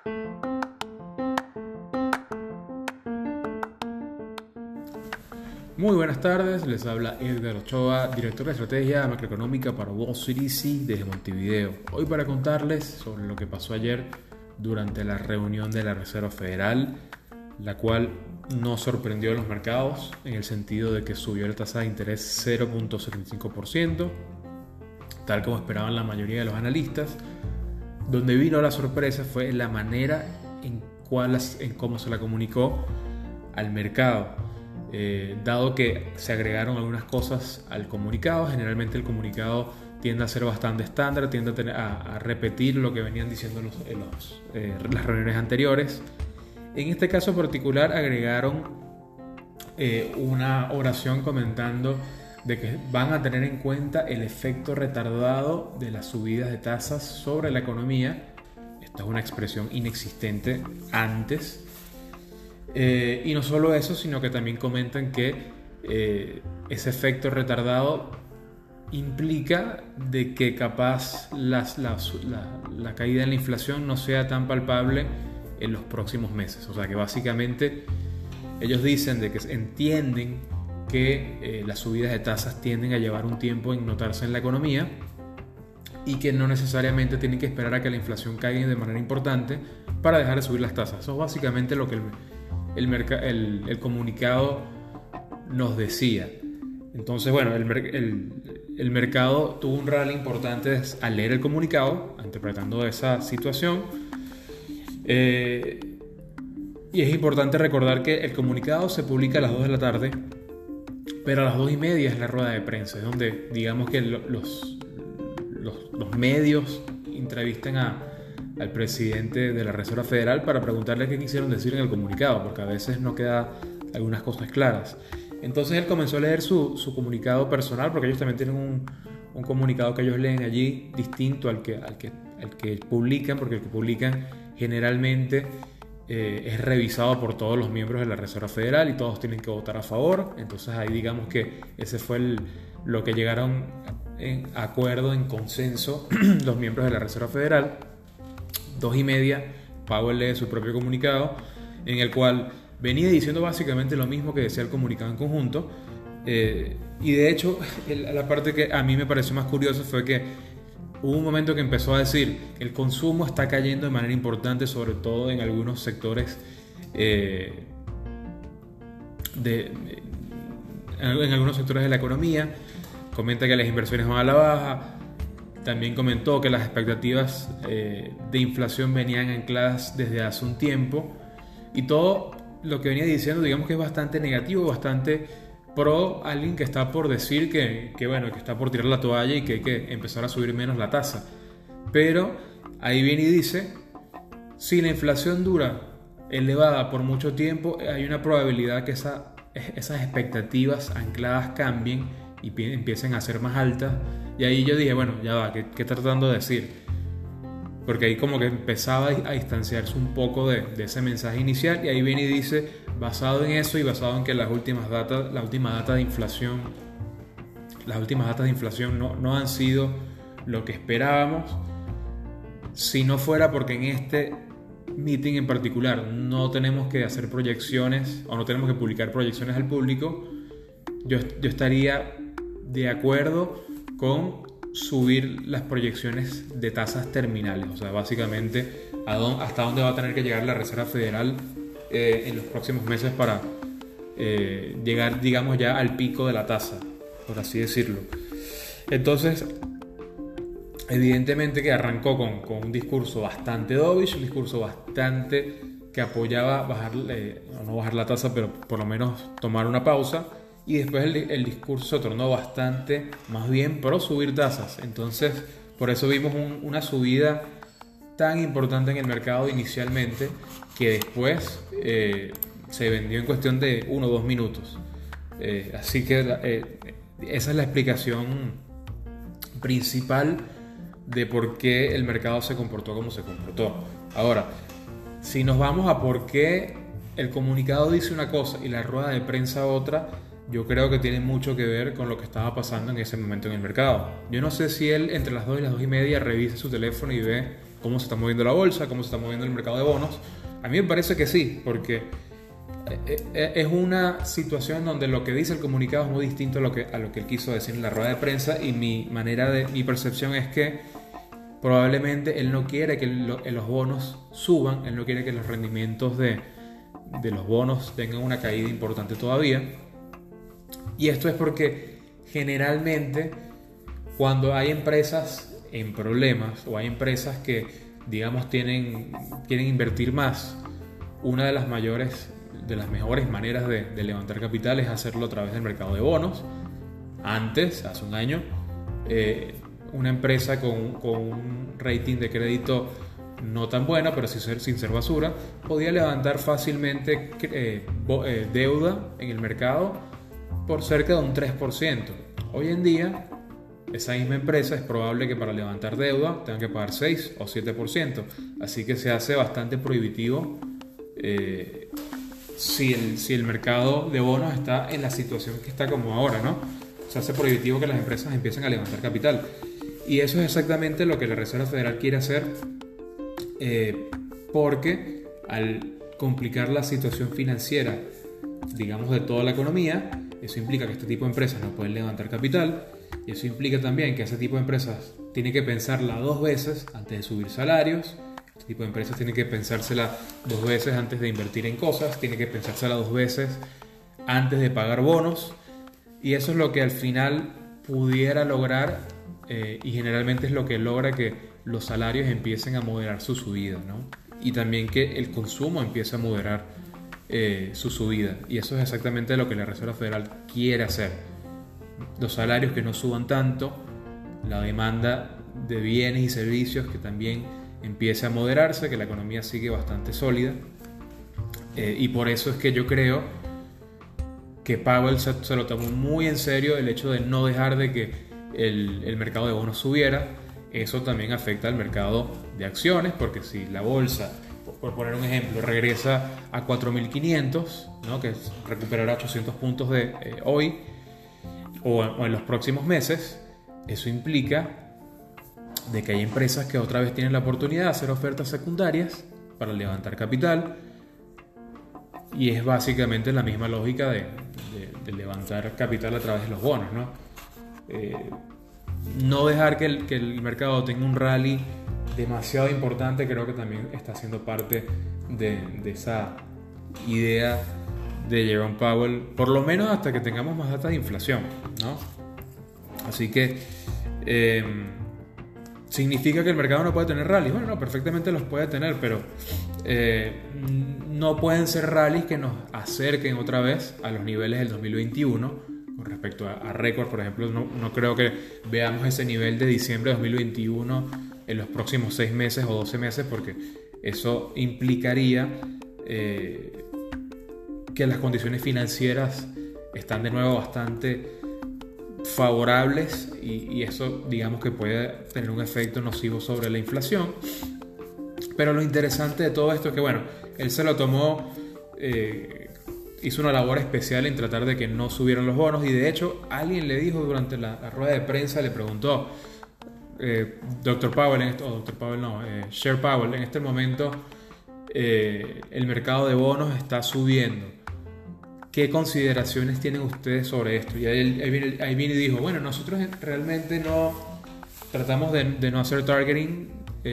Muy buenas tardes, les habla Edgar Ochoa, director de estrategia macroeconómica para Wall Street Easy desde Montevideo. Hoy para contarles sobre lo que pasó ayer durante la reunión de la Reserva Federal, la cual no sorprendió a los mercados en el sentido de que subió la tasa de interés 0.75%, tal como esperaban la mayoría de los analistas. Donde vino la sorpresa fue la manera en cómo se la comunicó al mercado. Dado que se agregaron algunas cosas al comunicado, generalmente el comunicado tiende a ser bastante estándar, tiende a repetir lo que venían diciendo las reuniones anteriores. En este caso particular agregaron una oración comentando de que van a tener en cuenta el efecto retardado de las subidas de tasas sobre la economía. Esta es una expresión inexistente antes. Y no solo eso, sino que también comentan que ese efecto retardado implica de que capaz la caída en la inflación no sea tan palpable en los próximos meses. O sea que básicamente ellos dicen de que entienden que las subidas de tasas tienden a llevar un tiempo en notarse en la economía y que no necesariamente tienen que esperar a que la inflación caiga de manera importante para dejar de subir las tasas. Eso es básicamente lo que el comunicado nos decía. Entonces, bueno, el mercado tuvo un rally importante al leer el comunicado, interpretando esa situación. Y es importante recordar que el comunicado se publica a las 2 de la tarde, pero a las 2:30 es la rueda de prensa, es donde digamos que los medios entrevistan al presidente de la Reserva Federal para preguntarle qué quisieron decir en el comunicado, porque a veces no queda algunas cosas claras. Entonces él comenzó a leer su comunicado personal, porque ellos también tienen un comunicado que ellos leen allí distinto al que publican, porque el que publican generalmente es revisado por todos los miembros de la Reserva Federal y todos tienen que votar a favor. Entonces ahí digamos que ese fue lo que llegaron en acuerdo, en consenso los miembros de la Reserva Federal. 2:30, Powell lee su propio comunicado, en el cual venía diciendo básicamente lo mismo que decía el comunicado en conjunto. Y de hecho, la parte que a mí me pareció más curiosa fue que hubo un momento que empezó a decir que el consumo está cayendo de manera importante, sobre todo en algunos sectores, en algunos sectores de la economía. Comenta que las inversiones van a la baja. También comentó que las expectativas de inflación venían ancladas desde hace un tiempo, y todo lo que venía diciendo digamos que es bastante negativo, bastante pro alguien que está por decir que está por tirar la toalla y que hay que empezar a subir menos la tasa. Pero ahí viene y dice, si la inflación dura elevada por mucho tiempo, hay una probabilidad que esas expectativas ancladas cambien y empiecen a ser más altas. Y ahí yo dije, bueno, ya va, ¿qué está tratando de decir? Porque ahí como que empezaba a distanciarse un poco de ese mensaje inicial, y ahí viene y dice, basado en eso y basado en que las últimas datas de inflación no han sido lo que esperábamos. Si no fuera porque en este meeting en particular no tenemos que hacer proyecciones o no tenemos que publicar proyecciones al público, yo estaría de acuerdo con subir las proyecciones de tasas terminales. O sea, básicamente hasta dónde va a tener que llegar la Reserva Federal en los próximos meses para llegar, digamos, ya al pico de la tasa, por así decirlo. Entonces, evidentemente que arrancó con un discurso bastante dovish, un discurso bastante que apoyaba no bajar la tasa, pero por lo menos tomar una pausa. Y después el discurso se tornó bastante, más bien, pro subir tasas. Entonces, por eso vimos una subida tan importante en el mercado inicialmente, que después se vendió en cuestión de 1 o 2 minutos. Así que esa es la explicación principal de por qué el mercado se comportó como se comportó. Ahora, si nos vamos a por qué el comunicado dice una cosa y la rueda de prensa otra, yo creo que tiene mucho que ver con lo que estaba pasando en ese momento en el mercado. Yo no sé si él entre las 2 y las 2:30 revisa su teléfono y ve cómo se está moviendo la bolsa, cómo se está moviendo el mercado de bonos. A mí me parece que sí, porque es una situación donde lo que dice el comunicado es muy distinto a lo que él quiso decir en la rueda de prensa, y mi percepción es que probablemente él no quiere que los bonos suban, él no quiere que los rendimientos de los bonos tengan una caída importante todavía. Y esto es porque generalmente cuando hay empresas en problemas o hay empresas que, digamos, quieren invertir más, una de las mejores maneras de levantar capital es hacerlo a través del mercado de bonos. Antes, hace un año, una empresa con un rating de crédito no tan bueno, pero sin ser basura, podía levantar fácilmente deuda en el mercado por cerca de un 3%. Hoy en día, esa misma empresa es probable que para levantar deuda tenga que pagar 6 o 7%. Así que se hace bastante prohibitivo si el mercado de bonos está en la situación que está como ahora, ¿no? Se hace prohibitivo que las empresas empiecen a levantar capital. Y eso es exactamente lo que la Reserva Federal quiere hacer, porque al complicar la situación financiera, digamos, de toda la economía, eso implica que este tipo de empresas no pueden levantar capital, y eso implica también que ese tipo de empresas tiene que pensarla 2 veces antes de subir salarios. Este tipo de empresas tiene que pensársela 2 veces antes de invertir en cosas, tiene que pensársela 2 veces antes de pagar bonos, y eso es lo que al final pudiera lograr, y generalmente es lo que logra que los salarios empiecen a moderar su subida, ¿no? Y también que el consumo empiece a moderar su subida, y eso es exactamente lo que la Reserva Federal quiere hacer. Los salarios que no suban tanto, la demanda de bienes y servicios que también empiece a moderarse, que la economía sigue bastante sólida, y por eso es que yo creo que Powell se lo tomó muy en serio el hecho de no dejar de que el mercado de bonos subiera. Eso también afecta al mercado de acciones, porque si la bolsa, por poner un ejemplo, regresa a 4.500, ¿no? Que recuperará 800 puntos de hoy o en los próximos meses, eso implica de que hay empresas que otra vez tienen la oportunidad de hacer ofertas secundarias para levantar capital, y es básicamente la misma lógica de levantar capital a través de los bonos, ¿no? No dejar que el mercado tenga un rally demasiado importante, creo que también está siendo parte de esa idea de Jerome Powell, por lo menos hasta que tengamos más datos de inflación, ¿no? Así que ¿significa que el mercado no puede tener rallies? Bueno, no, perfectamente los puede tener, pero no pueden ser rallies que nos acerquen otra vez a los niveles del 2021. Con respecto a récord, por ejemplo, no creo que veamos ese nivel de diciembre de 2021 en los próximos 6 meses o 12 meses, porque eso implicaría que las condiciones financieras están de nuevo bastante favorables, y eso, digamos, que puede tener un efecto nocivo sobre la inflación. Pero lo interesante de todo esto es que, bueno, él se lo tomó, hizo una labor especial en tratar de que no subieran los bonos, y de hecho alguien le dijo durante la rueda de prensa, le preguntó, Dr. Powell, Chair Powell, en este momento el mercado de bonos está subiendo, ¿qué consideraciones tienen ustedes sobre esto? Y ahí viene y dijo, bueno, nosotros realmente no tratamos de no hacer targeting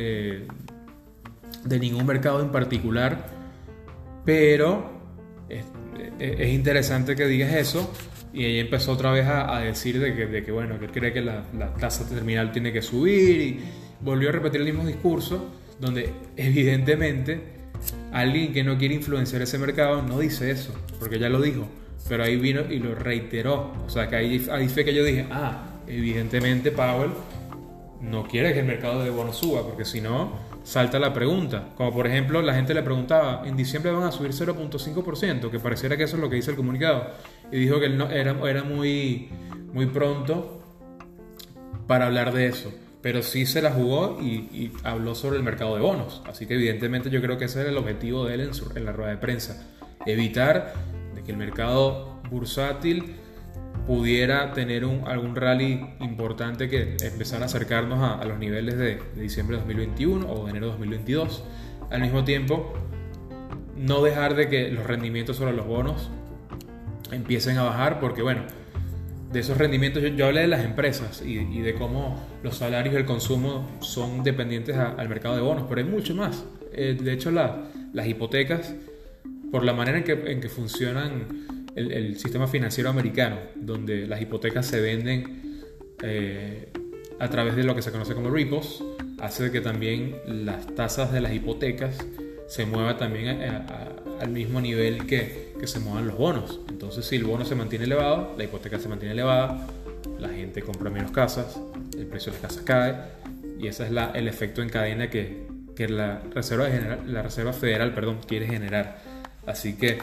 de ningún mercado en particular, pero es interesante que digas eso. Y ella empezó otra vez a decir de que bueno, que él cree que la tasa terminal tiene que subir, y volvió a repetir el mismo discurso, donde evidentemente alguien que no quiere influenciar ese mercado no dice eso, porque ya lo dijo, pero ahí vino y lo reiteró. O sea que ahí fue que yo dije, evidentemente Powell no quiere que el mercado de bonos suba, porque si no salta la pregunta, como por ejemplo la gente le preguntaba, en diciembre van a subir 0.5%, que pareciera que eso es lo que dice el comunicado, y dijo que no, era muy pronto para hablar de eso, pero sí se la jugó y habló sobre el mercado de bonos. Así que evidentemente yo creo que ese era el objetivo de él en la rueda de prensa, evitar de que el mercado bursátil pudiera tener algún rally importante que empezara a acercarnos a los niveles de diciembre de 2021 o de enero de 2022. Al mismo tiempo, no dejar de que los rendimientos sobre los bonos empiecen a bajar, porque bueno, de esos rendimientos yo hablé de las empresas y de cómo los salarios y el consumo son dependientes al mercado de bonos, pero hay mucho más. De hecho, las hipotecas, por la manera en que funcionan el sistema financiero americano, donde las hipotecas se venden a través de lo que se conoce como repos, hace que también las tasas de las hipotecas se muevan también al mismo nivel que se muevan los bonos. Entonces, si el bono se mantiene elevado, la hipoteca se mantiene elevada, la gente compra menos casas, el precio de las casas cae, y ese es el efecto en cadena que la Reserva Federal quiere generar. Así que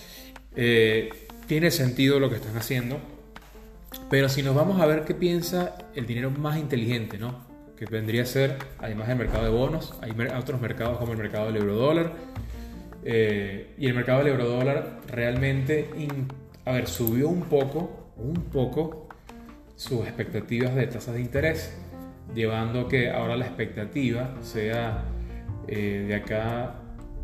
tiene sentido lo que están haciendo, pero si nos vamos a ver qué piensa el dinero más inteligente, ¿no? Que vendría a ser, además del mercado de bonos, hay otros mercados como el mercado del eurodólar, y el mercado del eurodólar realmente subió un poco sus expectativas de tasas de interés, llevando que ahora la expectativa sea de acá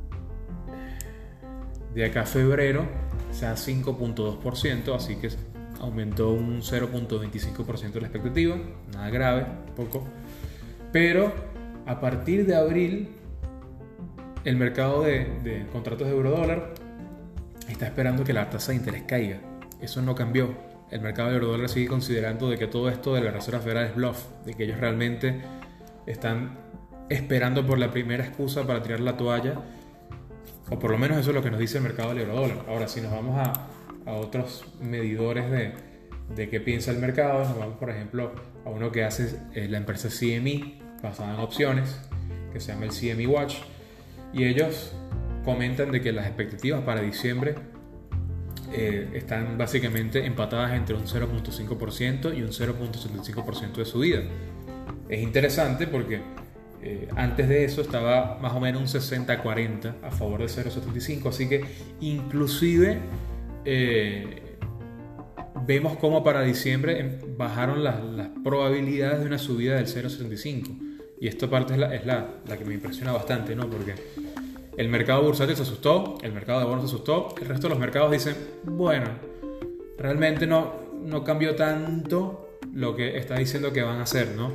a febrero sea 5.2%, así que aumentó un 0.25% la expectativa, nada grave, poco. Pero a partir de abril, el mercado de contratos de eurodólar está esperando que la tasa de interés caiga. Eso no cambió. El mercado de eurodólar sigue considerando de que todo esto de la Reserva Federal es bluff, de que ellos realmente están esperando por la primera excusa para tirar la toalla, o por lo menos eso es lo que nos dice el mercado del eurodólar. Ahora, si nos vamos a otros medidores de qué piensa el mercado, nos vamos por ejemplo a uno que hace la empresa CME, basada en opciones, que se llama el CME Watch, y ellos comentan de que las expectativas para diciembre están básicamente empatadas entre un 0.5% y un 0.75% de subida. Es interesante porque antes de eso estaba más o menos un 60-40 a favor de 0.75, así que inclusive vemos cómo para diciembre bajaron las probabilidades de una subida del 0.75, y esta parte es la que me impresiona bastante, ¿no? Porque el mercado bursátil se asustó, el mercado de bonos se asustó, el resto de los mercados dicen, bueno, realmente no cambió tanto lo que está diciendo que van a hacer, ¿no?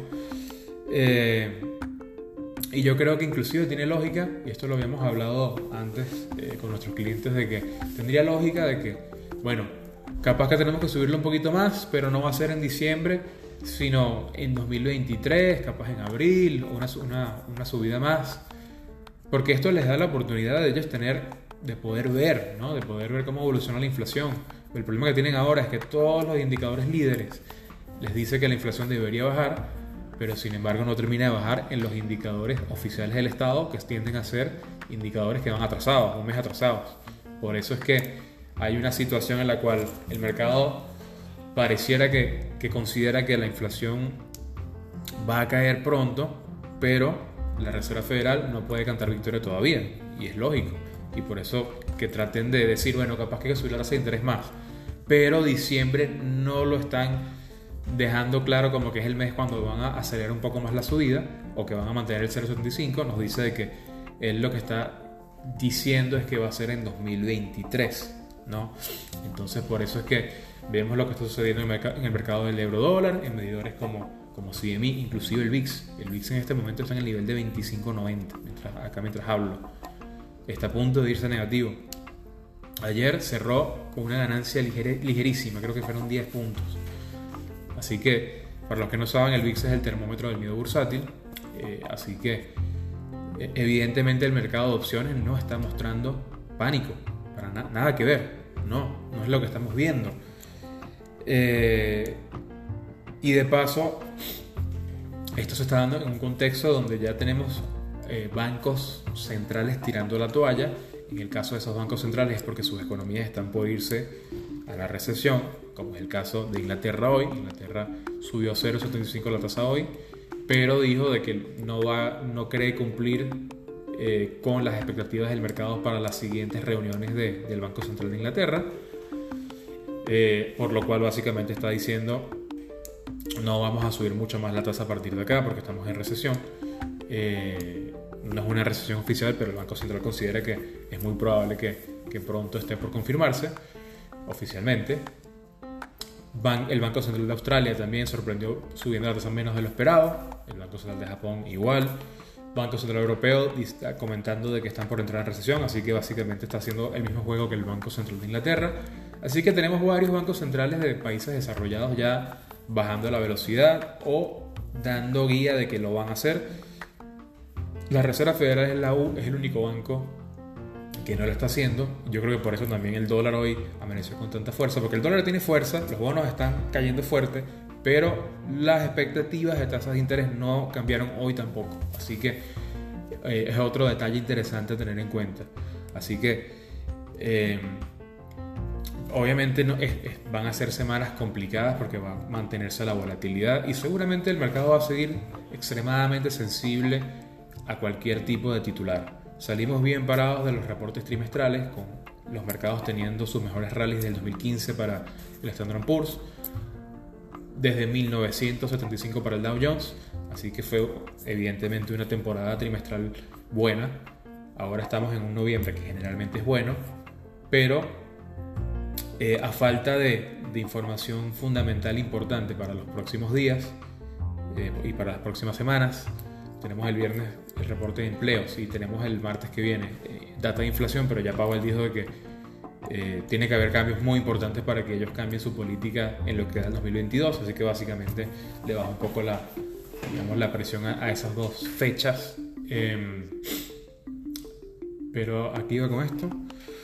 Y yo creo que inclusive tiene lógica, y esto lo habíamos hablado antes con nuestros clientes, de que tendría lógica de que, bueno, capaz que tenemos que subirlo un poquito más, pero no va a ser en diciembre, sino en 2023, capaz en abril, una subida más. Porque esto les da la oportunidad de ellos de poder ver, ¿no? De poder ver cómo evoluciona la inflación. El problema que tienen ahora es que todos los indicadores líderes les dice que la inflación debería bajar, pero sin embargo no termina de bajar en los indicadores oficiales del Estado, que tienden a ser indicadores que van atrasados, un mes atrasados. Por eso es que hay una situación en la cual el mercado pareciera que considera que la inflación va a caer pronto, pero la Reserva Federal no puede cantar victoria todavía, y es lógico, y por eso que traten de decir, bueno, capaz que hay que subir la tasa de interés más, pero diciembre no lo están dejando claro como que es el mes cuando van a acelerar un poco más la subida, o que van a mantener el 0.75. Nos dice de que él lo que está diciendo es que va a ser en 2023, ¿no? Entonces por eso es que vemos lo que está sucediendo en el mercado del eurodólar, en medidores como CME, inclusive el VIX. El VIX en este momento está en el nivel de 25.90, mientras hablo. Está a punto de irse negativo. Ayer cerró con una ganancia ligerísima, creo que fueron 10 puntos. Así que, para los que no saben, el VIX es el termómetro del miedo bursátil. Así que, evidentemente, el mercado de opciones no está mostrando pánico. Para nada que ver. No es lo que estamos viendo. Y de paso, esto se está dando en un contexto donde ya tenemos bancos centrales tirando la toalla. En el caso de esos bancos centrales es porque sus economías están por irse a la recesión, como es el caso de Inglaterra hoy. Inglaterra subió a 0.75 la tasa hoy, pero dijo de que no cree cumplir con las expectativas del mercado para las siguientes reuniones del Banco Central de Inglaterra. por lo cual básicamente está diciendo no vamos a subir mucho más la tasa a partir de acá porque estamos en recesión. No es una recesión oficial, pero el Banco Central considera que es muy probable que pronto esté por confirmarse oficialmente. El Banco Central de Australia también sorprendió subiendo la tasa menos de lo esperado. El Banco Central de Japón igual. Banco Central Europeo está comentando de que están por entrar en recesión, así que básicamente está haciendo el mismo juego que el Banco Central de Inglaterra. Así que tenemos varios bancos centrales de países desarrollados ya bajando la velocidad o dando guía de que lo van a hacer. La Reserva Federal es la U, es el único banco que no lo está haciendo. Yo creo que por eso también el dólar hoy amaneció con tanta fuerza, porque el dólar tiene fuerza, los bonos están cayendo fuerte, pero las expectativas de tasas de interés no cambiaron hoy tampoco. Así que es otro detalle interesante a tener en cuenta. Así que obviamente van a ser semanas complicadas porque va a mantenerse la volatilidad y seguramente el mercado va a seguir extremadamente sensible a cualquier tipo de titular. Salimos bien parados de los reportes trimestrales, con los mercados teniendo sus mejores rallies del 2015 para el Standard & Poor's, desde 1975 para el Dow Jones, así que fue evidentemente una temporada trimestral buena. Ahora estamos en un noviembre que generalmente es bueno, pero a falta de información fundamental importante para los próximos días y para las próximas semanas. Tenemos el viernes el reporte de empleos y tenemos el martes que viene data de inflación, pero ya Powell dijo de que tiene que haber cambios muy importantes para que ellos cambien su política en lo que da el 2022, así que básicamente le baja un poco la presión a esas dos fechas. Pero aquí iba con esto.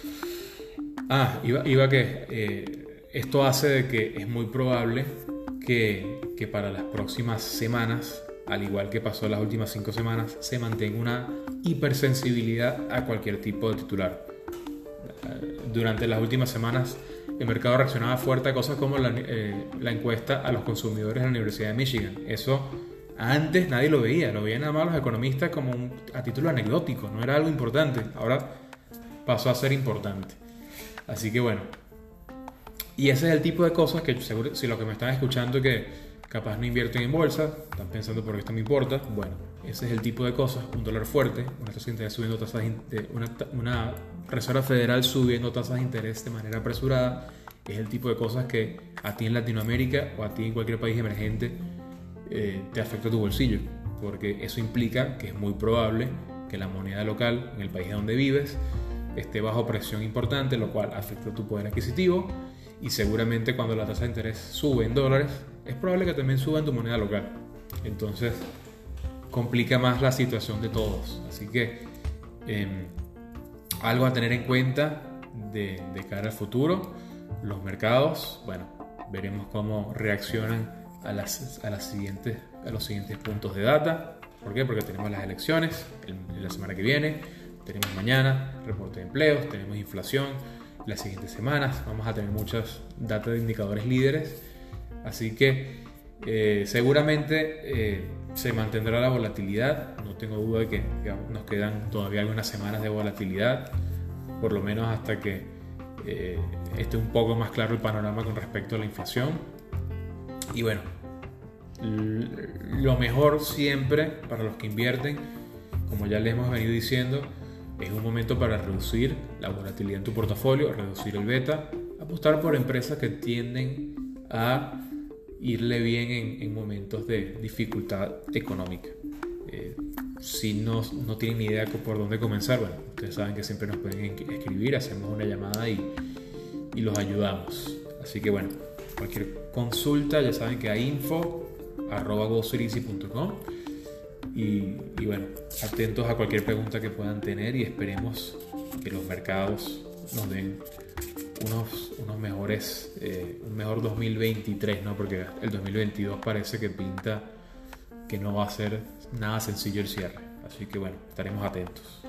Iba que esto hace de que es muy probable que para las próximas semanas, al igual que pasó las últimas 5 semanas, se mantenga una hipersensibilidad a cualquier tipo de titular. Durante las últimas semanas el mercado reaccionaba fuerte a cosas como la encuesta a los consumidores de la Universidad de Michigan. Eso antes nadie lo veían nada más los economistas como a título anecdótico, no era algo importante. Ahora pasó a ser importante. Así que bueno, y ese es el tipo de cosas que seguro, si los que me están escuchando que capaz no invierten en bolsa, están pensando por qué esto me importa, bueno, ese es el tipo de cosas, un dólar fuerte, una tasa de interés subiendo tasas una Reserva Federal subiendo tasas de interés de manera apresurada, es el tipo de cosas que a ti en Latinoamérica o a ti en cualquier país emergente te afecta tu bolsillo, porque eso implica que es muy probable que la moneda local en el país donde vives esté bajo presión importante, lo cual afecta tu poder adquisitivo y seguramente cuando la tasa de interés sube en dólares es probable que también suba en tu moneda local. Entonces complica más la situación de todos. Así que algo a tener en cuenta de cara al futuro. Los mercados, bueno, veremos cómo reaccionan a los siguientes puntos de data. ¿Por qué? Porque tenemos las elecciones la semana que viene. Tenemos mañana reporte de empleos, tenemos inflación las siguientes semanas, vamos a tener muchas datas de indicadores líderes, así que seguramente se mantendrá la volatilidad. No tengo duda de que nos quedan todavía algunas semanas de volatilidad, por lo menos hasta que esté un poco más claro el panorama con respecto a la inflación. Y bueno, lo mejor siempre para los que invierten, como ya les hemos venido diciendo, es un momento para reducir la volatilidad en tu portafolio, reducir el beta, apostar por empresas que tienden a irle bien en momentos de dificultad económica. Si no tienen ni idea por dónde comenzar, bueno, ustedes saben que siempre nos pueden escribir, hacemos una llamada y los ayudamos. Así que bueno, cualquier consulta ya saben que hay info@gosureasy.com. Y bueno, atentos a cualquier pregunta que puedan tener y esperemos que los mercados nos den unos mejores, un mejor 2023, ¿no? Porque el 2022 parece que pinta que no va a ser nada sencillo el cierre. Así que bueno, estaremos atentos.